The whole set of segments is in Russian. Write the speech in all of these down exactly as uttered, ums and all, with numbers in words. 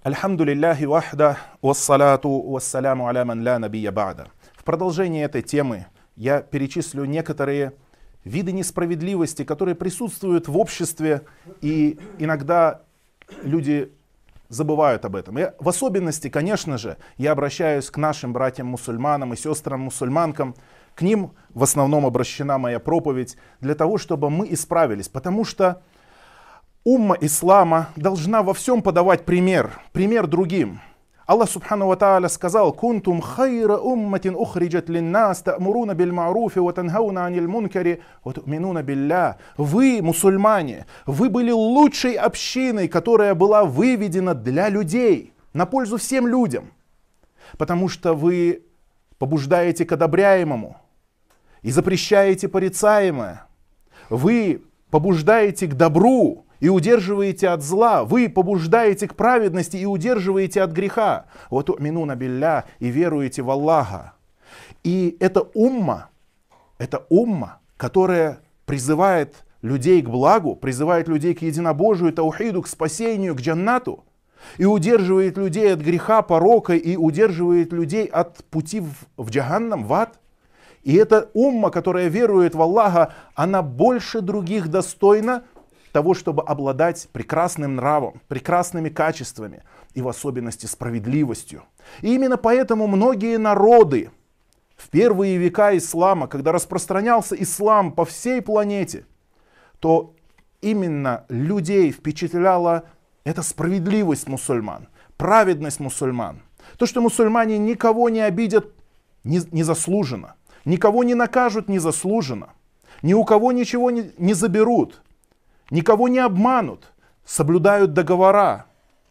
Альхамдулиллахи вахда, вассалату вассаляму аля ман ла набия ба'да. В продолжение этой темы я перечислю некоторые виды несправедливости, которые присутствуют в обществе, и иногда люди забывают об этом. И в особенности, конечно же, я обращаюсь к нашим братьям-мусульманам и сестрам-мусульманкам. К ним в основном обращена моя проповедь, для того, чтобы мы исправились. Потому что умма ислама должна во всем подавать пример, пример другим. Аллах субхану ва тааля сказал: «Кунтум хайра умматин ухриджат линнас, та'муруна биль ма'руфи, ва танхауна аниль мункари, ва ту'минуна билля». Вы, мусульмане, вы были лучшей общиной, которая была выведена для людей, на пользу всем людям. Потому что вы побуждаете к одобряемому и запрещаете порицаемое. Вы побуждаете к добру и удерживаете от зла. Вы побуждаете к праведности и удерживаете от греха. Вот у'минуна билля, и веруете в Аллаха. И это умма, это умма, которая призывает людей к благу, призывает людей к единобожию, таухиду, к спасению, к джаннату, и удерживает людей от греха, порока, и удерживает людей от пути в, в джаханнам, в ад. И эта умма, которая верует в Аллаха, она больше других достойна того, чтобы обладать прекрасным нравом, прекрасными качествами и в особенности справедливостью. И именно поэтому многие народы в первые века ислама, когда распространялся ислам по всей планете, то именно людей впечатляла эта справедливость мусульман, праведность мусульман. То, что мусульмане никого не обидят незаслуженно, никого не накажут незаслуженно, ни у кого ничего не, не заберут, никого не обманут, соблюдают договора.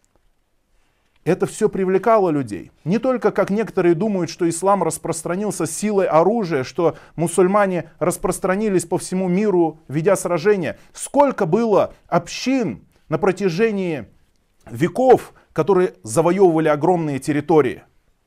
Это все привлекало людей. Не только, как некоторые думают, что ислам распространился силой оружия, что мусульмане распространились по всему миру, ведя сражения. Сколько было общин на протяжении веков, которые завоевывали огромные территории,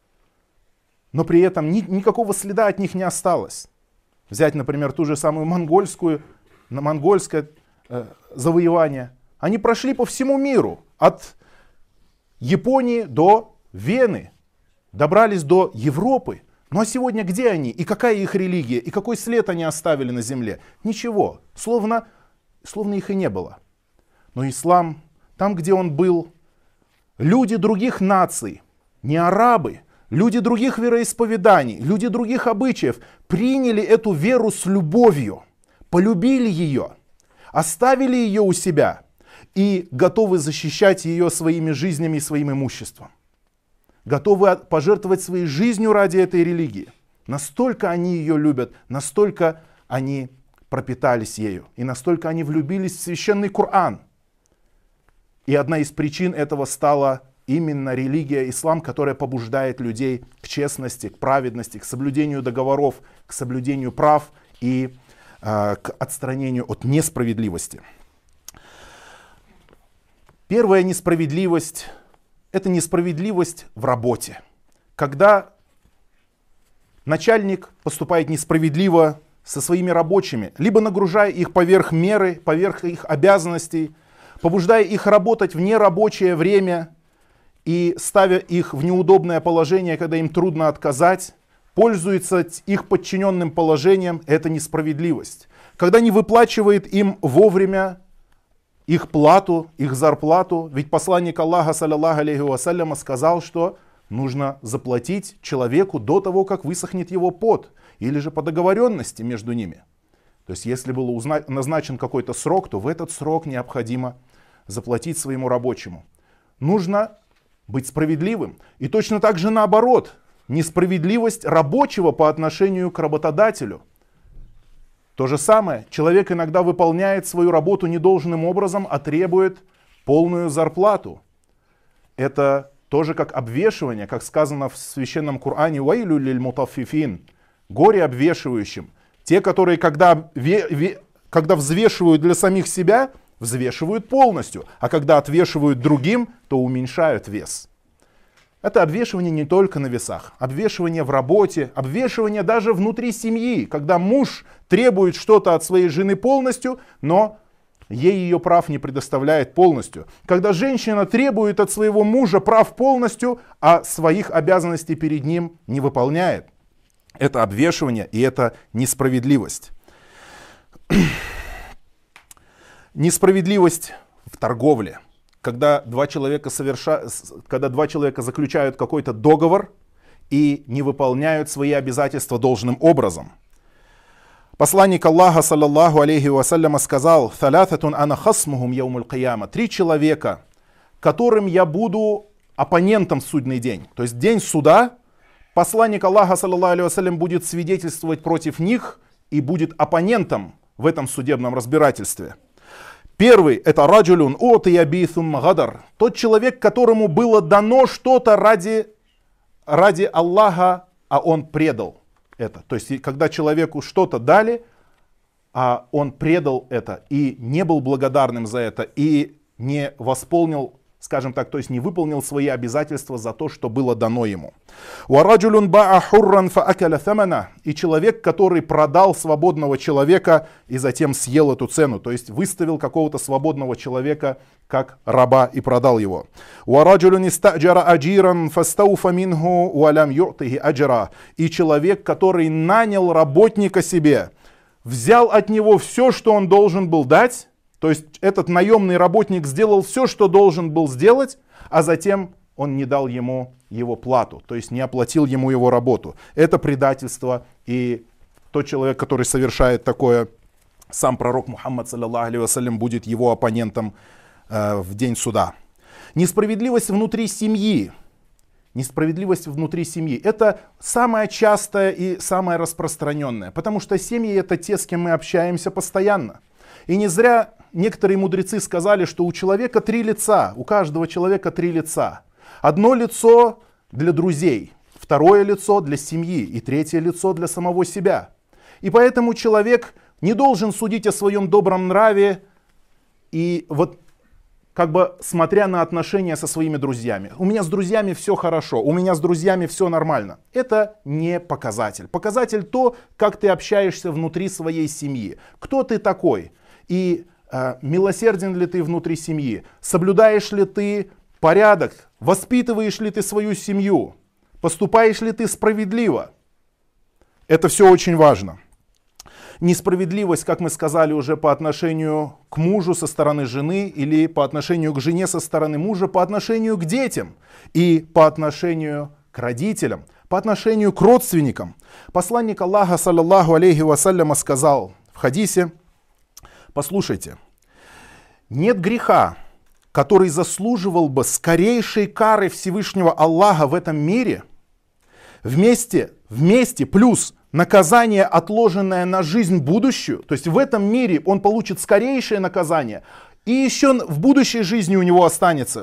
но при этом ни, никакого следа от них не осталось. Взять, например, ту же самую монгольскую, монгольское э, завоевание. Они прошли по всему миру, от Японии до Вены, добрались до Европы. Ну а сегодня где они? И какая их религия? И какой след они оставили на земле? Ничего. Словно, словно их и не было. Но ислам, там, где он был, люди других наций, не арабы, люди других вероисповеданий, люди других обычаев приняли эту веру с любовью, полюбили ее, оставили ее у себя и готовы защищать ее своими жизнями и своим имуществом. Готовы пожертвовать своей жизнью ради этой религии. Настолько они ее любят, настолько они пропитались ею, и настолько они влюбились в священный Коран. И одна из причин этого стала именно религия ислам, которая побуждает людей к честности, к праведности, к соблюдению договоров, к соблюдению прав и э, к отстранению от несправедливости. Первая несправедливость – это несправедливость в работе. Когда начальник поступает несправедливо со своими рабочими, либо нагружая их поверх меры, поверх их обязанностей, побуждая их работать в нерабочее время и ставя их в неудобное положение, когда им трудно отказать, пользуется их подчиненным положением, это несправедливость. Когда не выплачивает им вовремя их плату, их зарплату, ведь посланник Аллаха, саллаллаху алейхи вассаляма, сказал, что нужно заплатить человеку до того, как высохнет его пот, или же по договоренности между ними. То есть, если был узна- назначен какой-то срок, то в этот срок необходимо заплатить своему рабочему. Нужно быть справедливым. И точно так же наоборот, несправедливость рабочего по отношению к работодателю. То же самое, человек иногда выполняет свою работу недолжным образом, а требует полную зарплату. Это тоже как обвешивание, как сказано в священном Коране: «Вайлю лиль мутаффифин», горе обвешивающим. Те, которые, когда, ве, ве, когда взвешивают для самих себя, взвешивают полностью, а когда отвешивают другим, то уменьшают вес. Это обвешивание не только на весах, обвешивание в работе, обвешивание даже внутри семьи, когда муж требует что-то от своей жены полностью, но ей ее прав не предоставляет полностью. Когда женщина требует от своего мужа прав полностью, а своих обязанностей перед ним не выполняет. Это обвешивание и это несправедливость. Несправедливость в торговле. Когда два человека, соверша... Когда два человека заключают какой-то договор и не выполняют свои обязательства должным образом. Посланник Аллаха, саллаллаху алейхи вассаляма, сказал: «Талятатун ана хасмухум яумуль кияма». Три человека, которым я буду оппонентом в судный день. То есть день суда, посланник Аллаха, саллаллаху алейхи вассалям, будет свидетельствовать против них и будет оппонентом в этом судебном разбирательстве. Первый — это раджулюн утия бисум гадар. Тот человек, которому было дано что-то ради, ради Аллаха, а он предал это. То есть, когда человеку что-то дали, а он предал это и не был благодарным за это, и не восполнил, скажем так, то есть не выполнил свои обязательства за то, что было дано ему. И человек, который продал свободного человека и затем съел эту цену, то есть выставил какого-то свободного человека как раба и продал его. И человек, который нанял работника себе, взял от него все, что он должен был дать. То есть этот наемный работник сделал все, что должен был сделать, а затем он не дал ему его плату, то есть не оплатил ему его работу. Это предательство, и тот человек, который совершает такое, сам пророк Мухаммад, саллаллаху алейхи вассалям, будет его оппонентом э, в день суда. Несправедливость внутри семьи. Несправедливость внутри семьи. Это самое частое и самое распространенное, потому что семьи — это те, с кем мы общаемся постоянно. И не зря некоторые мудрецы сказали, что у человека три лица, у каждого человека три лица. Одно лицо для друзей, второе лицо для семьи и третье лицо для самого себя. И поэтому человек не должен судить о своем добром нраве и вот как бы смотря на отношения со своими друзьями. У меня с друзьями все хорошо, у меня с друзьями все нормально. Это не показатель. Показатель то, как ты общаешься внутри своей семьи. Кто ты такой? И э, милосерден ли ты внутри семьи? Соблюдаешь ли ты порядок? Воспитываешь ли ты свою семью? Поступаешь ли ты справедливо? Это все очень важно. Несправедливость, как мы сказали уже, по отношению к мужу со стороны жены или по отношению к жене со стороны мужа, по отношению к детям и по отношению к родителям, по отношению к родственникам. Посланник Аллаха, саллаллаху алейхи вассаляма, сказал в хадисе: послушайте, нет греха, который заслуживал бы скорейшей кары Всевышнего Аллаха в этом мире, вместе, вместе плюс наказание, отложенное на жизнь будущую, то есть в этом мире он получит скорейшее наказание, и еще в будущей жизни у него останется,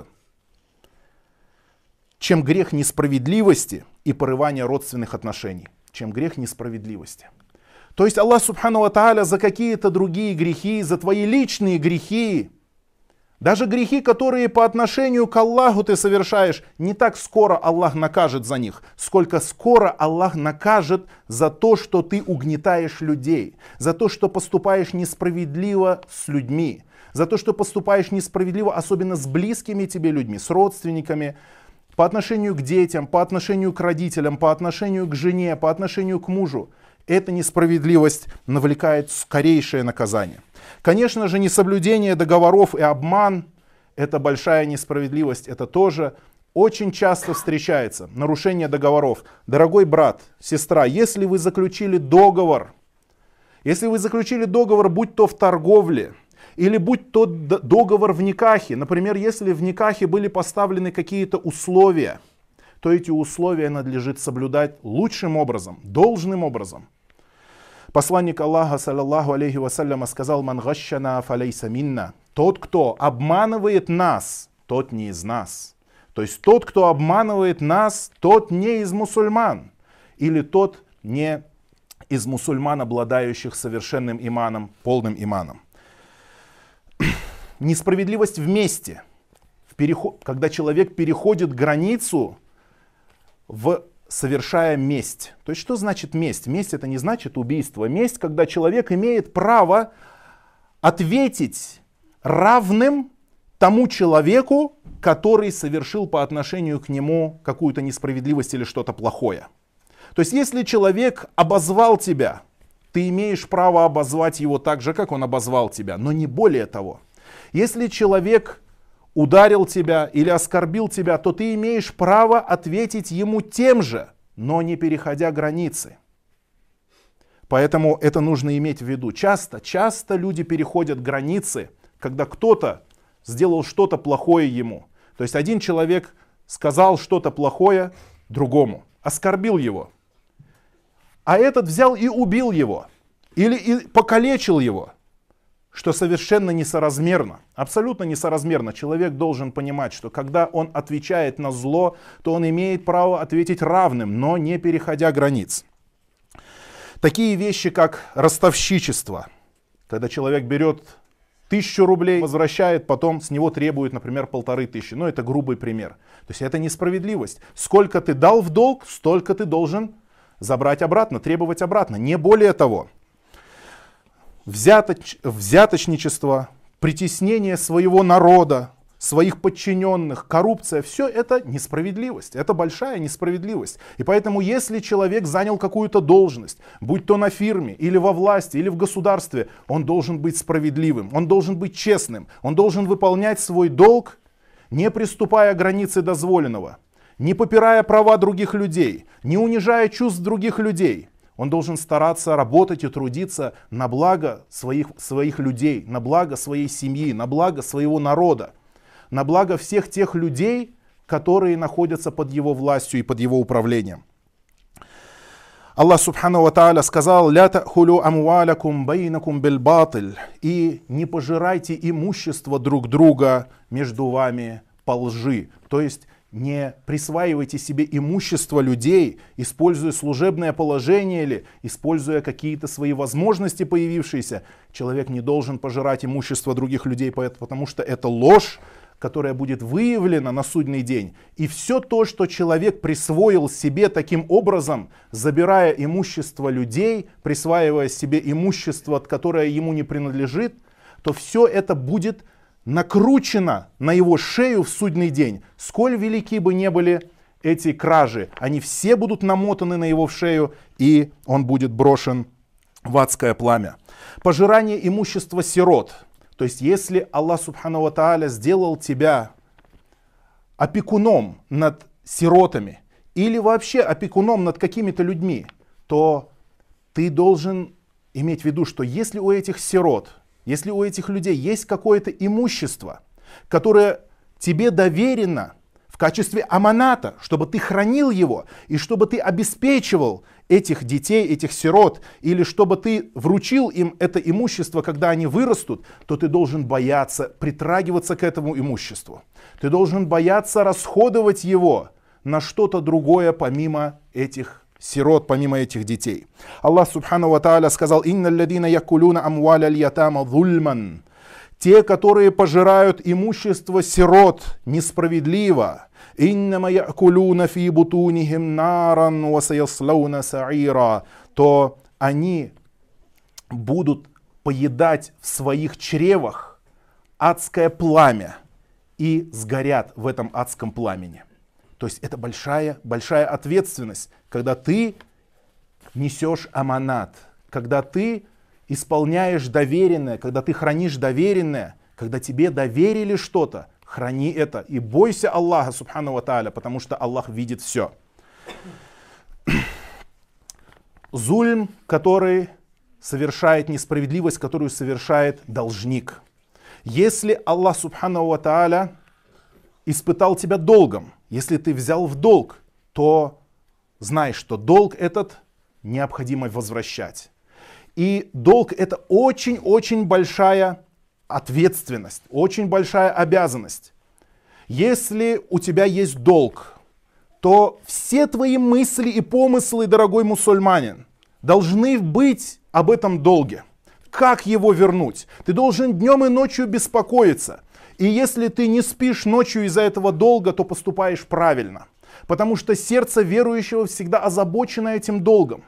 чем грех несправедливости и порывания родственных отношений, чем грех несправедливости. То есть Аллах субхану ва тааля за какие-то другие грехи, за твои личные грехи, даже грехи, которые по отношению к Аллаху ты совершаешь, не так скоро Аллах накажет за них, сколько скоро Аллах накажет за то, что ты угнетаешь людей, за то, что поступаешь несправедливо с людьми, за то, что поступаешь несправедливо, особенно с близкими тебе людьми, с родственниками, по отношению к детям, по отношению к родителям, по отношению к жене, по отношению к мужу. Эта несправедливость навлекает скорейшее наказание. Конечно же, несоблюдение договоров и обман – это большая несправедливость. Это тоже очень часто встречается. Нарушение договоров. Дорогой брат, сестра, если вы заключили договор, если вы заключили договор, будь то в торговле, или будь то договор в никахе, например, если в никахе были поставлены какие-то условия, то эти условия надлежит соблюдать лучшим образом, должным образом. Посланник Аллаха, саллаллаху алейхи вассаляма, сказал: «Ман гашшана фалейса минна». Тот, кто обманывает нас, тот не из нас. То есть тот, кто обманывает нас, тот не из мусульман. Или тот не из мусульман, обладающих совершенным иманом, полным иманом. Несправедливость вместе. В переход, когда человек переходит границу, в совершая месть. То есть что значит месть? Месть — это не значит убийство. Месть, когда человек имеет право ответить равным тому человеку, который совершил по отношению к нему какую-то несправедливость или что-то плохое. То есть, если человек обозвал тебя, ты имеешь право обозвать его так же, как он обозвал тебя, но не более того. Если человек ударил тебя или оскорбил тебя, то ты имеешь право ответить ему тем же, но не переходя границы. Поэтому это нужно иметь в виду. Часто, часто люди переходят границы, когда кто-то сделал что-то плохое ему. То есть один человек сказал что-то плохое другому, оскорбил его. А этот взял и убил его, или и покалечил его, что совершенно несоразмерно, абсолютно несоразмерно. Человек должен понимать, что когда он отвечает на зло, то он имеет право ответить равным, но не переходя границ. Такие вещи, как ростовщичество, когда человек берет тысячу рублей, возвращает, потом с него требует, например, полторы тысячи. Ну, это грубый пример. То есть это несправедливость. Сколько ты дал в долг, столько ты должен забрать обратно, требовать обратно. Не более того. Взяточ... Взяточничество, притеснение своего народа, своих подчиненных, коррупция, все это несправедливость. Это большая несправедливость. И поэтому, если человек занял какую-то должность, будь то на фирме, или во власти, или в государстве, он должен быть справедливым, он должен быть честным, он должен выполнять свой долг, не приступая к границе дозволенного, не попирая права других людей, не унижая чувств других людей. Он должен стараться работать и трудиться на благо своих, своих людей, на благо своей семьи, на благо своего народа, на благо всех тех людей, которые находятся под его властью и под его управлением. Аллах субхану ва тааля сказал: «Ля та'хулю амвалякум байнакум биль батиль», и не пожирайте имущество друг друга между вами по лжи. То есть не присваивайте себе имущество людей, используя служебное положение или используя какие-то свои возможности появившиеся. Человек не должен пожирать имущество других людей, потому что это ложь, которая будет выявлена на судный день. И все то, что человек присвоил себе таким образом, забирая имущество людей, присваивая себе имущество, которое ему не принадлежит, то все это будет накручено на его шею в судный день. Сколь велики бы не были эти кражи, они все будут намотаны на его в шею, и он будет брошен в адское пламя. Пожирание имущества сирот. То есть, если Аллах субхану ва тааля сделал тебя опекуном над сиротами, или вообще опекуном над какими-то людьми, то ты должен иметь в виду, что если у этих сирот, если у этих людей есть какое-то имущество, которое тебе доверено в качестве аманата, чтобы ты хранил его, и чтобы ты обеспечивал этих детей, этих сирот, или чтобы ты вручил им это имущество, когда они вырастут, то ты должен бояться притрагиваться к этому имуществу. Ты должен бояться расходовать его на что-то другое помимо этих сирот, помимо этих детей. Аллах субхану ва тааля сказал: «Инна алладина якулюна амваля льятама зульман». Те, которые пожирают имущество сирот несправедливо, «Иннама якулюна фи бутунихим наран ва саяслауна саира», то они будут поедать в своих чревах адское пламя и сгорят в этом адском пламени. То есть это большая, большая ответственность, когда ты несешь аманат, когда ты исполняешь доверенное, когда ты хранишь доверенное, когда тебе доверили что-то, храни это и бойся Аллаха субхану ва тааля, потому что Аллах видит все. Зульм, который совершает несправедливость, которую совершает должник. Если Аллах субхану ва тааля испытал тебя долгом, если ты взял в долг, то знай, что долг этот необходимо возвращать. И долг это очень-очень большая ответственность, очень большая обязанность. Если у тебя есть долг, то все твои мысли и помыслы, дорогой мусульманин, должны быть об этом долге. Как его вернуть? Ты должен днем и ночью беспокоиться. И если ты не спишь ночью из-за этого долга, то поступаешь правильно. Потому что сердце верующего всегда озабочено этим долгом.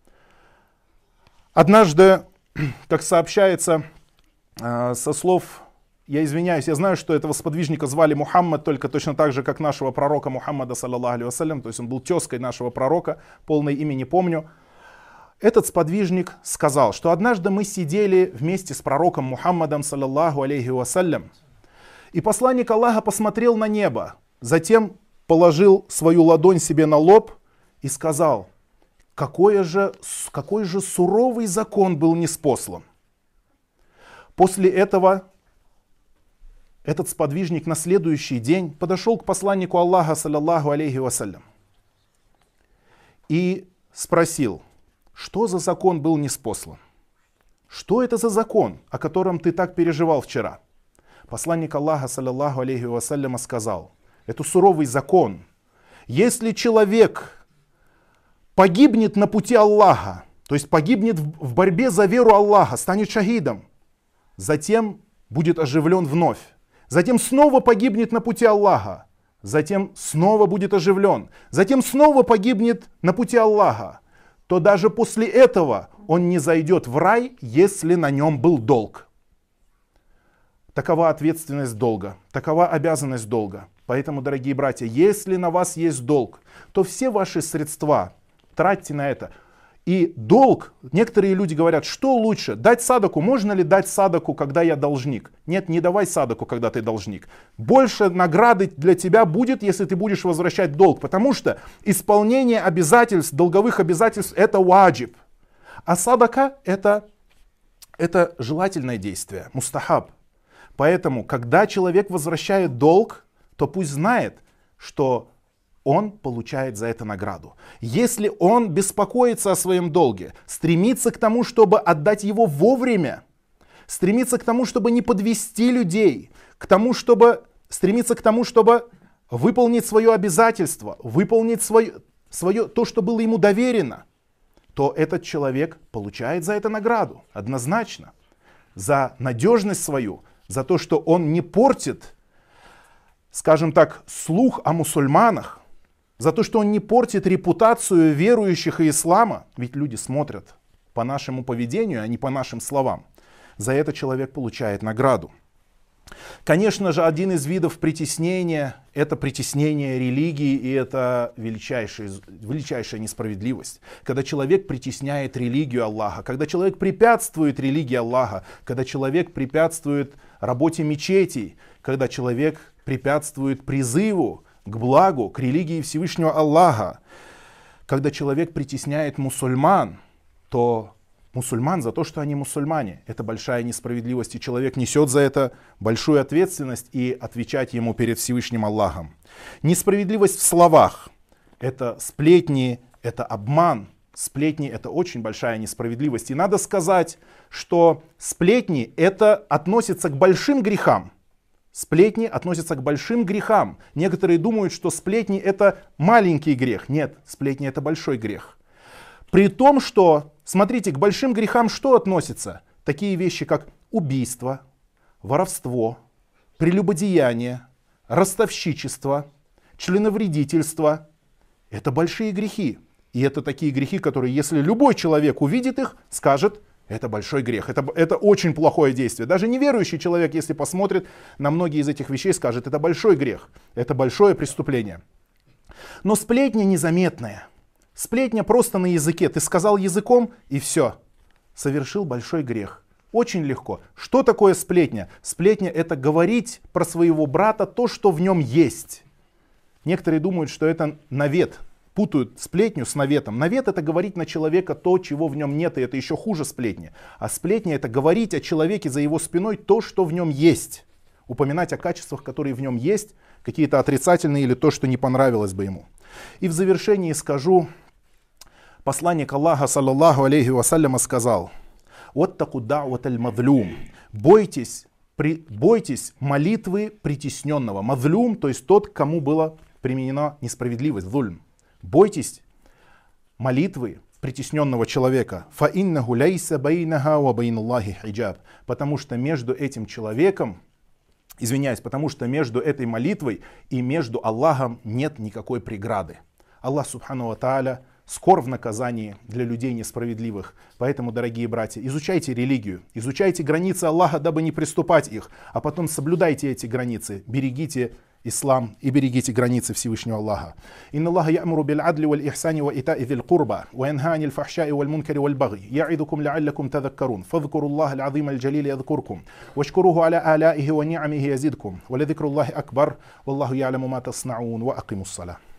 Однажды, как сообщается со слов я извиняюсь, я знаю, что этого сподвижника звали Мухаммад, только точно так же, как нашего пророка Мухаммада, саллаллаху алейхи вассалям, то есть он был тезкой нашего пророка, полное имя не помню. Этот сподвижник сказал, что однажды мы сидели вместе с пророком Мухаммадом, саллаллаху алейхи вассалям, и посланник Аллаха посмотрел на небо, затем положил свою ладонь себе на лоб и сказал: какой же, какой же суровый закон был ниспослан. После этого этот сподвижник на следующий день подошел к посланнику Аллаха, саллаллаху алейхи вассалям, и спросил: что за закон был ниспослан? Что это за закон, о котором ты так переживал вчера? Посланник Аллаха, саллаллаху алейхи вассалям, сказал: это суровый закон. Если человек погибнет на пути Аллаха, то есть погибнет в борьбе за веру Аллаха, станет шахидом, затем будет оживлен вновь, затем снова погибнет на пути Аллаха, затем снова будет оживлен, затем снова погибнет на пути Аллаха, то даже после этого он не зайдет в рай, если на нем был долг. Такова ответственность долга, такова обязанность долга. Поэтому, дорогие братья, если на вас есть долг, то все ваши средства тратьте на это. И долг, некоторые люди говорят, что лучше, дать садаку, можно ли дать садаку, когда я должник? Нет, не давай садаку, когда ты должник. Больше награды для тебя будет, если ты будешь возвращать долг, потому что исполнение обязательств, долговых обязательств, это ваджиб. А садака это, это желательное действие, мустахаб. Поэтому, когда человек возвращает долг, то пусть знает, что он получает за это награду. Если он беспокоится о своем долге, стремится к тому, чтобы отдать его вовремя, стремится к тому, чтобы не подвести людей, к тому, чтобы, стремится к тому, чтобы выполнить свое обязательство, выполнить свое, свое, то, что было ему доверено, то этот человек получает за это награду, однозначно. За надежность свою, за то, что он не портит, скажем так, слух о мусульманах, за то, что он не портит репутацию верующих и ислама, ведь люди смотрят по нашему поведению, а не по нашим словам. За это человек получает награду. Конечно же, один из видов притеснения – это притеснение религии, и это величайшая, величайшая несправедливость. Когда человек притесняет религию Аллаха, когда человек препятствует религии Аллаха, когда человек препятствует работе мечетей, когда человек препятствует призыву к благу, к религии Всевышнего Аллаха. Когда человек притесняет мусульман, то мусульман за то, что они мусульмане. Это большая несправедливость, и человек несет за это большую ответственность и отвечать ему перед Всевышним Аллахом. Несправедливость в словах. Это сплетни, это обман. Сплетни — это очень большая несправедливость. И надо сказать, что сплетни — это относится к большим грехам. Сплетни относятся к большим грехам. Некоторые думают, что сплетни — это маленький грех. Нет, сплетни — это большой грех. При том, что, смотрите, к большим грехам что относится? Такие вещи, как убийство, воровство, прелюбодеяние, ростовщичество, членовредительство. Это большие грехи. И это такие грехи, которые, если любой человек увидит их, скажет: это большой грех, это, это очень плохое действие. Даже неверующий человек, если посмотрит на многие из этих вещей, скажет: это большой грех, это большое преступление. Но сплетня незаметная. Сплетня просто на языке. Ты сказал языком, и все. Совершил большой грех. Очень легко. Что такое сплетня? Сплетня — это говорить про своего брата то, что в нем есть. Некоторые думают, что это навет. Путают сплетню с наветом. Навет — это говорить на человека то, чего в нем нет, и это еще хуже сплетни. А сплетня — это говорить о человеке за его спиной то, что в нем есть. Упоминать о качествах, которые в нем есть, какие-то отрицательные или то, что не понравилось бы ему. И в завершении скажу, посланник Аллаха, саллаллаху алейхи вассаляма, сказал: «Ваттаку да'ват аль-мазлюм». Бойтесь, при, бойтесь молитвы притесненного. Мазлюм, то есть тот, кому была применена несправедливость, зульм. Бойтесь молитвы притесненного человека. «Фаиннаху ляйса байнаха ва байналлахи хиджаб». Потому что между этим человеком, извиняюсь, потому что между этой молитвой и между Аллахом нет никакой преграды. Аллах субхану ва тааля скор в наказании для людей несправедливых. Поэтому, дорогие братья, изучайте религию, изучайте границы Аллаха, дабы не приступать их, а потом соблюдайте эти границы, берегите ислам и берегите границы Всевышнего Аллаха. Инна Аллаха я'муру биль адли валь ихсани ва ита'i зил курба ва янха анил фахша'i валь мункари валь баги я'идукум ла'аллакум тадхаккарун фадhкуру Аллаха аль-азима аль-джалила ядhкуркум вашкуруху аля ала'ihi ва ни'амихи язидкум ва лазикру Аллахи акбар валлаху я'ламу ма тасна'ун ва акимус салах.